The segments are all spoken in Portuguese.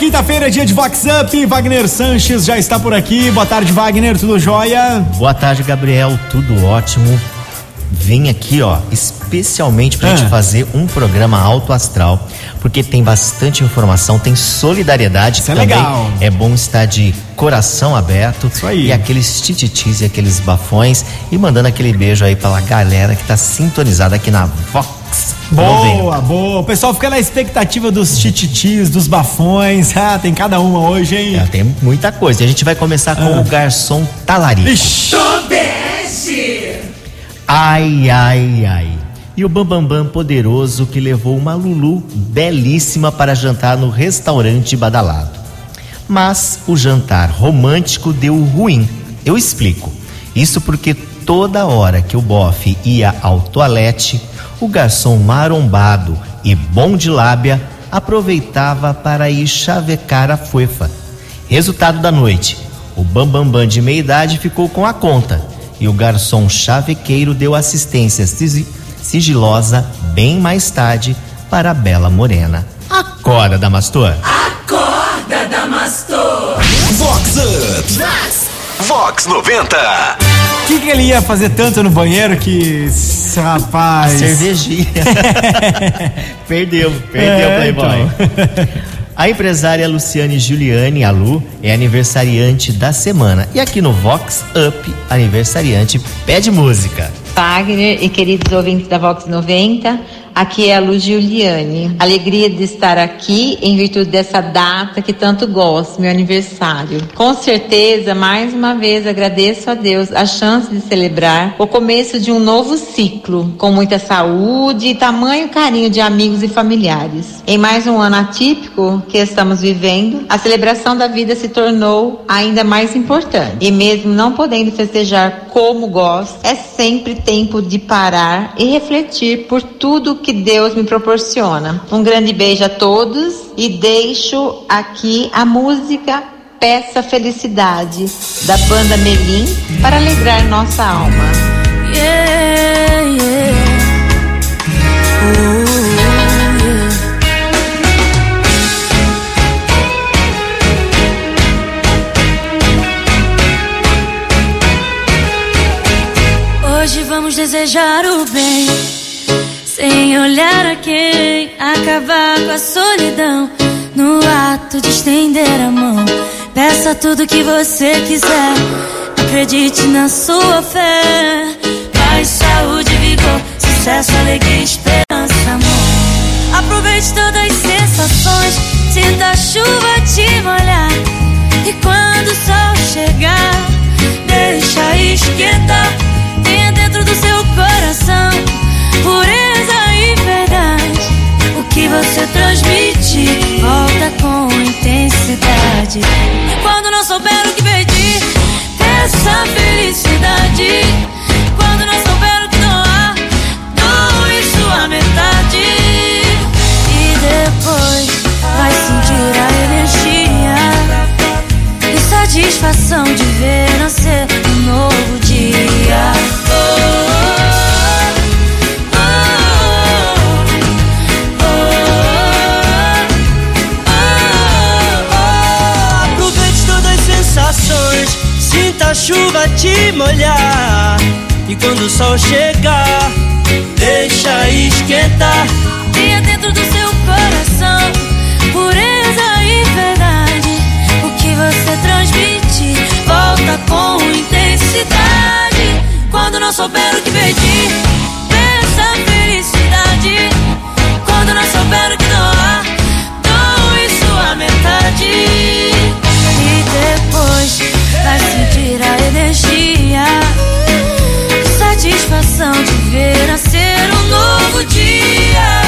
quinta-feira, dia de Vox Up. Wagner Sanches já está por aqui. Boa tarde, Wagner, tudo jóia? Boa tarde, Gabriel, tudo ótimo. Vim aqui, especialmente pra gente fazer um programa alto astral, porque tem bastante informação, tem solidariedade. Isso é também legal. É bom estar de coração aberto. Isso aí. E aqueles tititis e aqueles bafões. E mandando aquele beijo aí pra galera que tá sintonizada aqui na Vox. Boa, boa. O pessoal fica na expectativa dos tititis, dos bafões. Ah, tem cada uma hoje, hein? Tem muita coisa. E a gente vai começar com o garçom talarico. Ixi. Ai, ai, ai. E o Bambambam poderoso que levou uma Lulu belíssima para jantar no restaurante badalado. Mas o jantar romântico deu ruim. Eu explico. Isso porque toda hora que o bofe ia ao toalete, o garçom marombado e bom de lábia aproveitava para ir chavecar a fofa. Resultado da noite: o Bambambam de meia-idade ficou com a conta e o garçom chavequeiro deu assistência sigilosa bem mais tarde para a bela morena. Acorda, Damastor! Acorda, Damastor! Vox Up! Vox 90! O que ele ia fazer tanto no banheiro que, rapaz... Cervejinha. Perdeu, Playboy. Então. A empresária Luciane Giuliani, a Lu, é aniversariante da semana. E aqui no Vox Up, aniversariante pede música. Wagner e queridos ouvintes da Vox 90, aqui é a Lu Giuliani. Alegria de estar aqui em virtude dessa data que tanto gosto, meu aniversário. Com certeza, mais uma vez agradeço a Deus a chance de celebrar o começo de um novo ciclo, com muita saúde e tamanho carinho de amigos e familiares. Em mais um ano atípico que estamos vivendo, a celebração da vida se tornou ainda mais importante. E mesmo não podendo festejar como gosto, é sempre tempo de parar e refletir por tudo que Deus me proporciona. Um grande beijo a todos e deixo aqui a música Peça Felicidade, da banda Melim, para alegrar nossa alma. Yeah, yeah. Hoje vamos desejar o bem, sem olhar a quem, acabar com a solidão, no ato de estender a mão. Peça tudo que você quiser, acredite na sua fé. Paz, saúde, vigor, sucesso, alegria, esperança, amor. Aproveite todas as sensações, sinta a chuva te molhar. E quando o sol chegar, deixa esquentar. Tenha dentro do seu coração pureza e verdade. O que você transmite volta com intensidade. Quando não souber o que pedir, peça felicidade. Quando não souber o que doar, doe sua metade. E depois vai sentir a energia e satisfação de ver nascer um novo dia. Sinta a chuva te molhar. E quando o sol chegar, deixa esquentar. Tenha dentro do seu coração pureza e verdade. O que você transmite volta com intensidade. Quando não souber o que pedir, peça felicidade. Quando não souber o que doar, doe sua metade. E depois vai sentir a energia, satisfação de ver nascer um novo dia.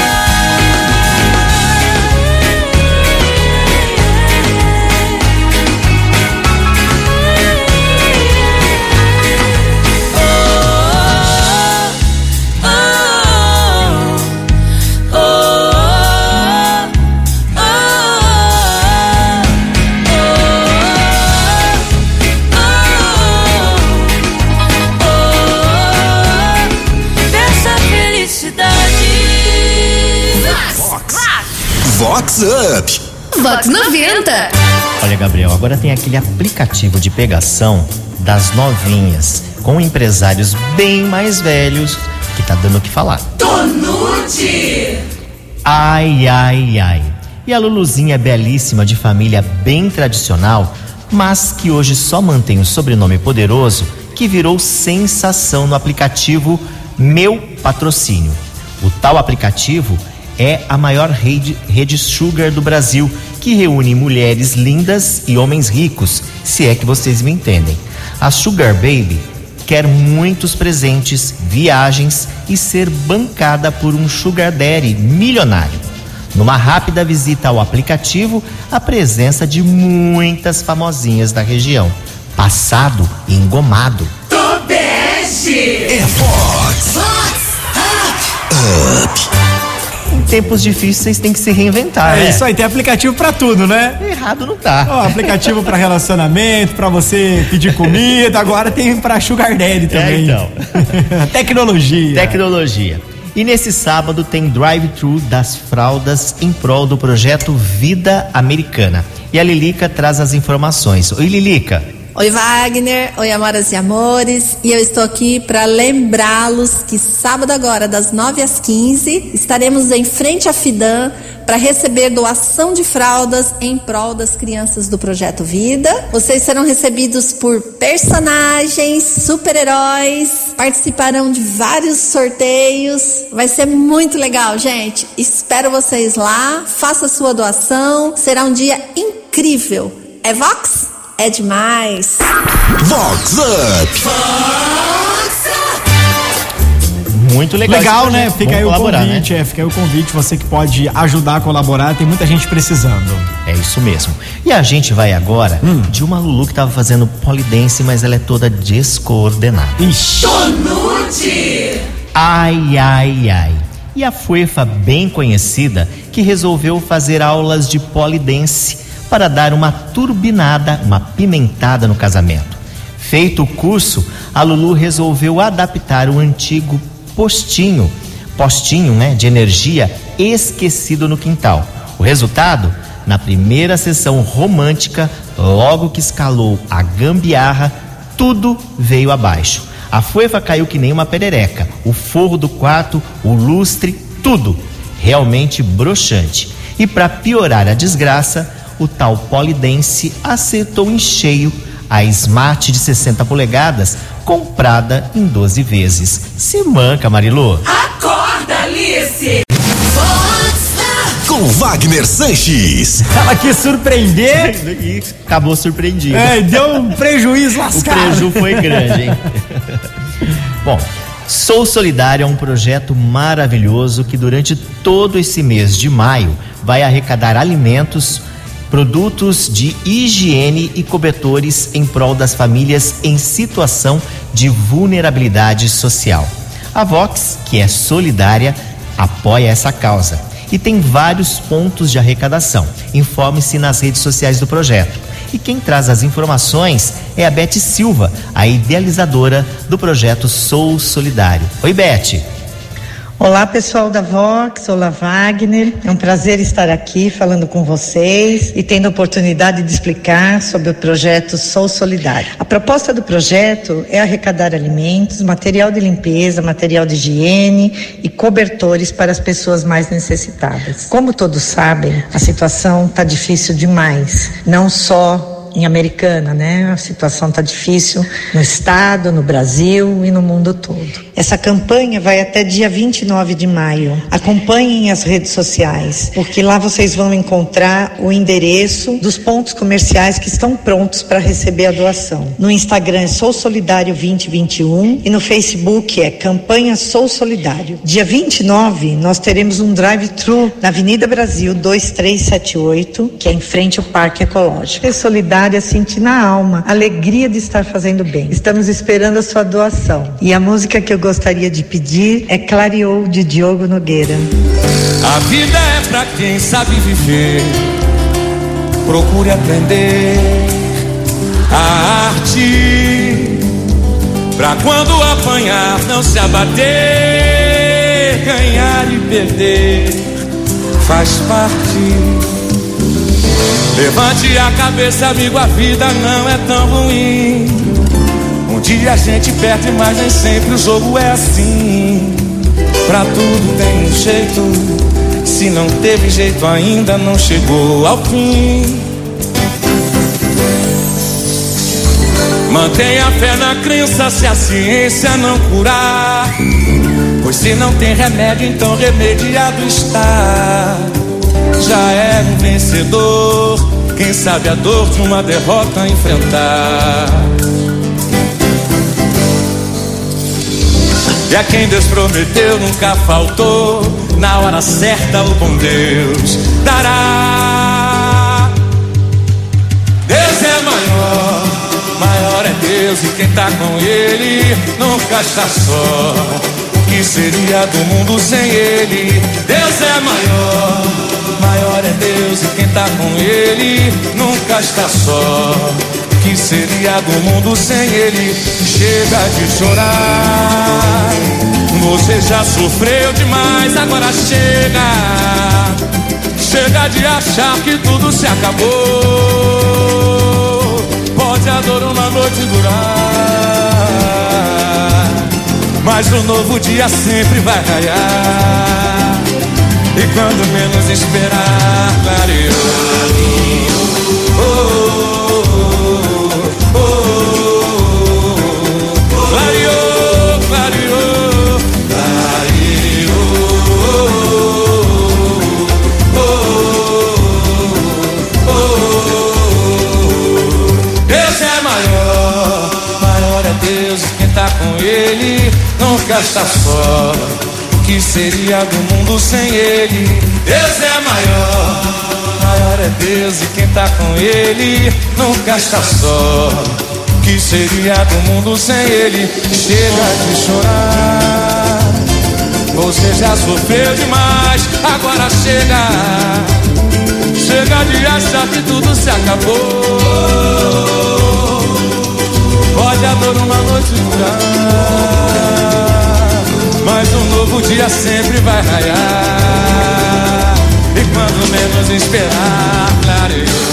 Vox Up. Vox 90. Olha, Gabriel, agora tem aquele aplicativo de pegação das novinhas, com empresários bem mais velhos, que tá dando o que falar. Tonute! Ai, ai, ai. E a Luluzinha belíssima, de família bem tradicional, mas que hoje só mantém o sobrenome poderoso, que virou sensação no aplicativo Meu Patrocínio. O tal aplicativo é a maior rede sugar do Brasil, que reúne mulheres lindas e homens ricos, se é que vocês me entendem. A Sugar Baby quer muitos presentes, viagens e ser bancada por um Sugar Daddy milionário. Numa rápida visita ao aplicativo, a presença de muitas famosinhas da região. Passado e engomado. Tobeste! É Vox Up. Em tempos difíceis tem que se reinventar, né? É isso aí, tem aplicativo pra tudo, né? Errado não tá. Ó, aplicativo pra relacionamento, pra você pedir comida, agora tem pra Sugar Daddy também. então. Tecnologia. E nesse sábado tem drive-thru das fraldas em prol do projeto Vida Americana. E a Lilica traz as informações. Oi, Lilica. Oi, Wagner. Oi, amoras e amores. E eu estou aqui para lembrá-los que sábado agora, das 9 às 15, estaremos em frente à Fidan para receber doação de fraldas em prol das crianças do Projeto Vida. Vocês serão recebidos por personagens, super-heróis, participarão de vários sorteios. Vai ser muito legal, gente. Espero vocês lá. Faça sua doação. Será um dia incrível. É Vox? É demais. Vox Up. Muito legal. Legal, né? Fica aí o convite, né? fica aí o convite, você que pode ajudar a colaborar, tem muita gente precisando. É isso mesmo. E a gente vai agora de uma Lulu que tava fazendo polidense, mas ela é toda descoordenada. Ixi. Tonute! Ai, ai, ai. E a Fuefa, bem conhecida, que resolveu fazer aulas de polidense para dar uma turbinada, uma pimentada no casamento. Feito o curso, a Lulu resolveu adaptar o antigo postinho, né, de energia esquecido no quintal. O resultado? Na primeira sessão romântica, logo que escalou a gambiarra, tudo veio abaixo. A Fuefa caiu que nem uma perereca. O forro do quarto, o lustre, tudo. Realmente broxante. E para piorar a desgraça, o tal polidense acertou em cheio a Smart de 60 polegadas, comprada em 12 vezes. Se manca, Marilu. Acorda, Alice! Com Wagner Sanches. Ela quis surpreender E acabou surpreendido. deu um prejuízo O lascado. preju foi grande, hein? Bom, Sou Solidário é um projeto maravilhoso que durante todo esse mês de maio vai arrecadar alimentos, produtos de higiene e cobertores em prol das famílias em situação de vulnerabilidade social. A Vox, que é solidária, apoia essa causa e tem vários pontos de arrecadação. Informe-se nas redes sociais do projeto. E quem traz as informações é a Beth Silva, a idealizadora do projeto Sou Solidário. Oi, Beth. Olá, pessoal da Vox, olá, Wagner. É um prazer estar aqui falando com vocês e tendo a oportunidade de explicar sobre o projeto Sou Solidário. A proposta do projeto é arrecadar alimentos, material de limpeza, material de higiene e cobertores para as pessoas mais necessitadas. Como todos sabem, a situação está difícil demais, não só em Americana, né? A situação está difícil no estado, no Brasil e no mundo todo. Essa campanha vai até dia 29 de maio. Acompanhem as redes sociais, porque lá vocês vão encontrar o endereço dos pontos comerciais que estão prontos para receber a doação. No Instagram é Sou Solidário 2021 e no Facebook é Campanha Sou Solidário. Dia 29 nós teremos um drive-thru na Avenida Brasil 2378, que é em frente ao Parque Ecológico. É solidário a sentir na alma a alegria de estar fazendo bem. Estamos esperando a sua doação. E a música que eu gostaria de pedir é Clareou, de Diogo Nogueira. A vida é pra quem sabe viver. Procure aprender a arte, pra quando apanhar não se abater. Ganhar e perder faz parte. Levante a cabeça, amigo, a vida não é tão ruim. Um dia a gente perde, mas nem sempre o jogo é assim. Pra tudo tem um jeito, se não teve jeito ainda não chegou ao fim. Mantenha a fé na crença se a ciência não curar, pois se não tem remédio, então remediado está. Já é um vencedor, quem sabe a dor de uma derrota enfrentar. E a quem Deus prometeu nunca faltou, na hora certa o bom Deus dará. Deus é maior, maior é Deus, e quem tá com Ele nunca está só. O que seria do mundo sem Ele? Deus é maior, maior é Deus, e quem tá com Ele nunca está só. O que seria do mundo sem Ele? Chega de chorar, você já sofreu demais, agora chega. Chega de achar que tudo se acabou. Pode a dor uma noite durar, mas um novo dia sempre vai raiar. E quando menos esperar, clareou. Clareou, clareou, Deus é maior, maior é Deus, quem tá com Ele nunca está só. O que seria do mundo sem Ele? Deus é maior, maior é Deus, e quem tá com Ele nunca está só. O que seria do mundo sem Ele? Chega de chorar, você já sofreu demais, agora chega. Chega de achar que tudo se acabou. Pode a dor uma noite durar, mas um novo dia sempre vai raiar. E quando menos esperar, clareou.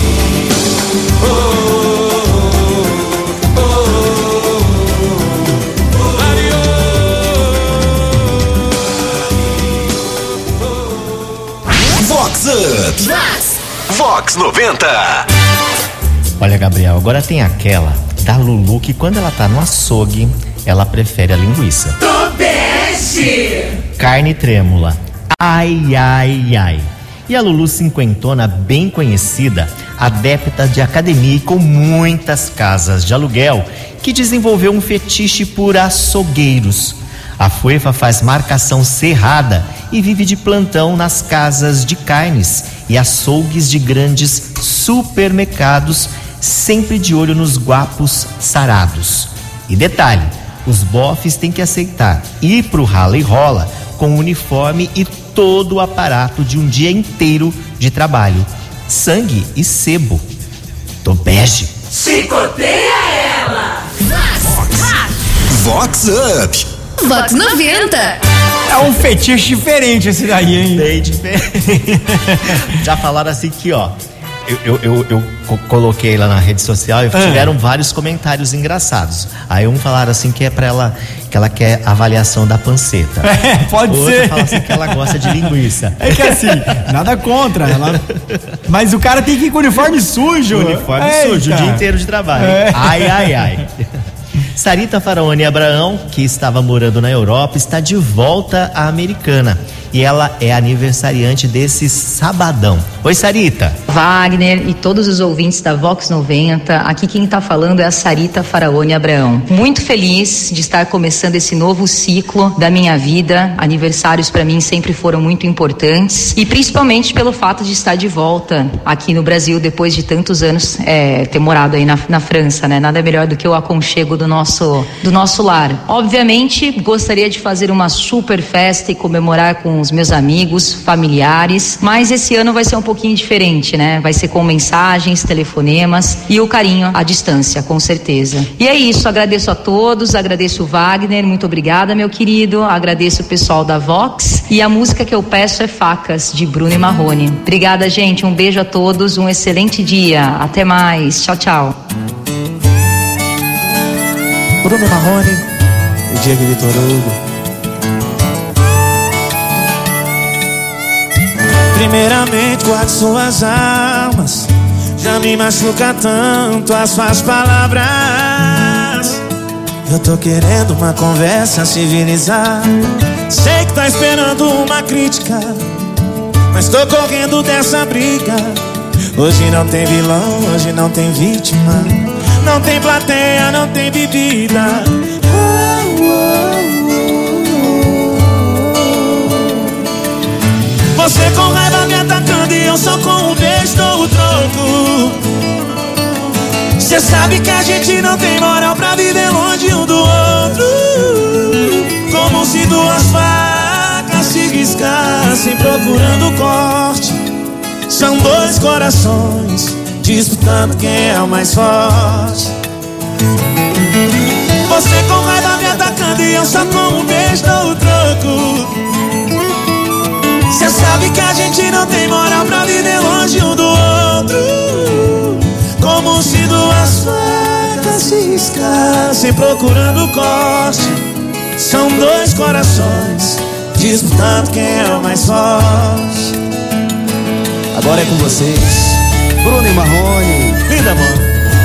Vox Up. Vox 90. Olha, Gabriel, agora tem aquela da Lulu que quando ela tá no açougue, ela prefere a linguiça. Tobeste! Carne trêmula. Ai, ai, ai. E a Lulu cinquentona, bem conhecida, adepta de academia e com muitas casas de aluguel, que desenvolveu um fetiche por açougueiros. A Fuefa faz marcação cerrada e vive de plantão nas casas de carnes e açougues de grandes supermercados, sempre de olho nos guapos sarados. E detalhe, os bofes têm que aceitar ir pro rala e rola com uniforme e todo o aparato de um dia inteiro de trabalho. Sangue e sebo. Tobeste. Chicoteia ela! Vox Up. Vox 90. É um fetiche diferente esse daí, hein? Bem diferente. Já falaram assim que, ó, eu coloquei lá na rede social e tiveram vários comentários engraçados. Aí falaram assim que é pra ela, que ela quer avaliação da panceta. Pode Outra ser. fala assim que ela gosta de linguiça. É que assim, nada contra ela. Mas o cara tem que ir com uniforme sujo. Uniforme Eita. sujo, o dia inteiro de trabalho. Ai, ai, ai. Sarita Faraone Abraão, que estava morando na Europa, está de volta à Americana. E ela é aniversariante desse sabadão. Oi, Sarita. Wagner e todos os ouvintes da Vox 90, aqui quem está falando é a Sarita Faraone Abraão. Muito feliz de estar começando esse novo ciclo da minha vida. Aniversários para mim sempre foram muito importantes e principalmente pelo fato de estar de volta aqui no Brasil depois de tantos anos ter morado aí na França, né? Nada melhor do que o aconchego do nosso lar. Obviamente gostaria de fazer uma super festa e comemorar com com os meus amigos, familiares, mas esse ano vai ser um pouquinho diferente, né? Vai ser com mensagens, telefonemas e o carinho à distância, com certeza. E é isso, agradeço a todos, agradeço o Wagner, muito obrigada, meu querido, agradeço o pessoal da Vox e a música que eu peço é Facas, de Bruno e Marrone. Obrigada, gente, um beijo a todos, um excelente dia, até mais, tchau, tchau. Bruno e Marrone e Diego Vitor Hugo. Primeiramente guarde suas armas, já me machuca tanto as suas palavras. Eu tô querendo uma conversa civilizada. Sei que tá esperando uma crítica, mas tô correndo dessa briga. Hoje não tem vilão, hoje não tem vítima, não tem plateia, não tem bebida. Você com raiva me atacando e eu só com um beijo dou o troco. Cê sabe que a gente não tem moral pra viver longe um do outro. Como se duas facas se riscassem procurando corte. São dois corações disputando quem é o mais forte. Você com raiva me atacando e eu só com um beijo dou o troco. Cê sabe que a gente não tem moral pra viver longe um do outro. Como se duas facas se riscassem procurando corte. São dois corações disputando quem é o mais forte. Agora é com vocês, Bruno e Marrone. Linda, amor.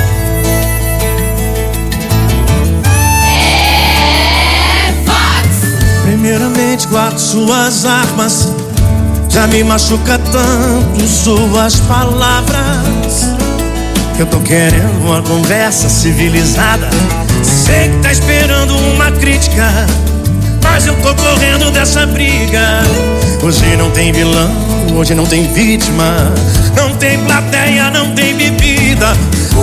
Primeiramente guarde suas armas, já me machuca tanto suas palavras. Eu tô querendo uma conversa civilizada. Sei que tá esperando uma crítica, mas eu tô correndo dessa briga. Hoje não tem vilão, hoje não tem vítima, não tem plateia, não tem bebida.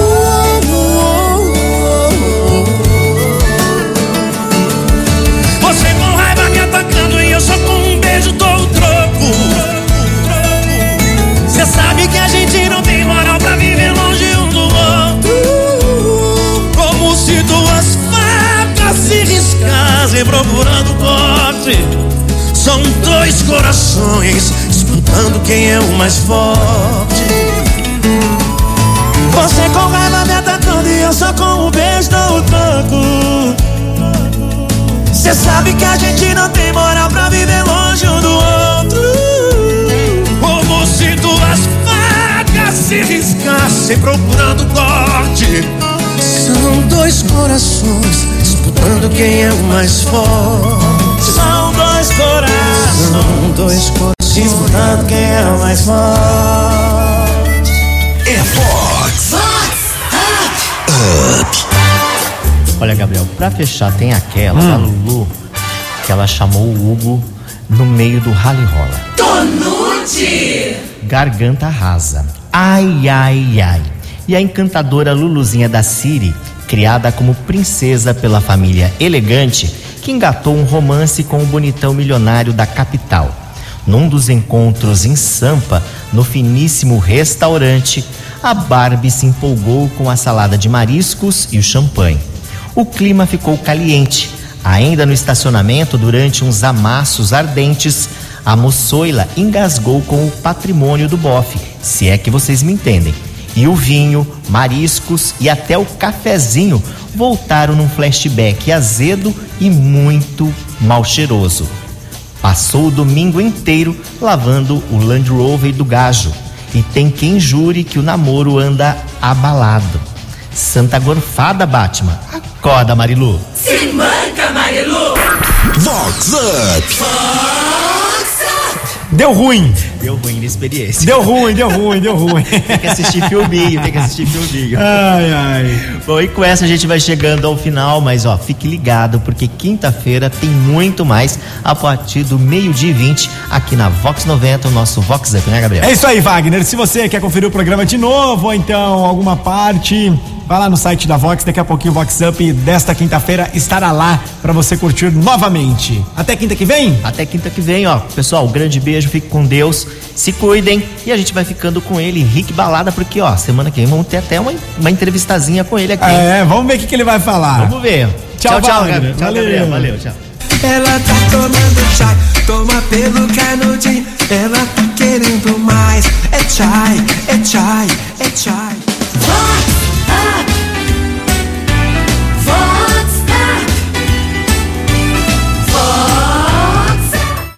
Você com raiva me atacando e eu só com um beijo dou o troco. Cê sabe que a gente não tem moral pra viver longe um do outro. Como se duas facas se riscassem procurando corte. São dois corações disputando quem é o mais forte. Você com raiva me atacando e eu só com um beijo dou o troco. Cê sabe que a gente não tem moral pra viver longe um do outro. Como se duas facas se riscassem procurando corte. São dois corações disputando quem é o mais forte. São dois corações, são dois corações disputando quem é o mais forte. É Vox Up. Olha, Gabriel, pra fechar tem aquela da Lulu, que ela chamou o Hugo no meio do rally rola. Tonute! Garganta rasa. Ai, ai, ai. E a encantadora Luluzinha da Siri, criada como princesa pela família elegante, que engatou um romance com o bonitão milionário da capital. Num dos encontros em Sampa, no finíssimo restaurante, a Barbie se empolgou com a salada de mariscos e o champanhe. O clima ficou caliente. Ainda no estacionamento, durante uns amassos ardentes, a moçoila engasgou com o patrimônio do bofe, se é que vocês me entendem. E o vinho, mariscos e até o cafezinho voltaram num flashback azedo e muito mal cheiroso. Passou o domingo inteiro lavando o Land Rover do gajo. E tem quem jure que o namoro anda abalado. Santa gorfada, Batman. Acorda, Marilu. Se manca, Marilu. Vox Up. Deu ruim. Deu ruim na experiência. Deu ruim. Tem que assistir filminho. Ai, ai. Bom, e com essa a gente vai chegando ao final, mas ó, fique ligado, porque quinta-feira tem muito mais a partir do 12:20 aqui na Vox 90, o nosso Vox Up, né, Gabriel? É isso aí, Wagner. Se você quer conferir o programa de novo, ou então alguma parte, vai lá no site da Vox, daqui a pouquinho o Vox Up desta quinta-feira estará lá pra você curtir novamente. Até quinta que vem? Até quinta que vem, ó. Pessoal, um grande beijo, fique com Deus, se cuidem e a gente vai ficando com ele, Henrique Balada, porque, ó, semana que vem vamos ter até uma entrevistazinha com ele aqui. Vamos ver o que ele vai falar. Vamos ver. Tchau, Gabriel. Tchau, Gabriel. Valeu, tchau. Ela tá tomando chai, toma pelo canudinho. Ela tá querendo mais. É chai, é chai, é chai.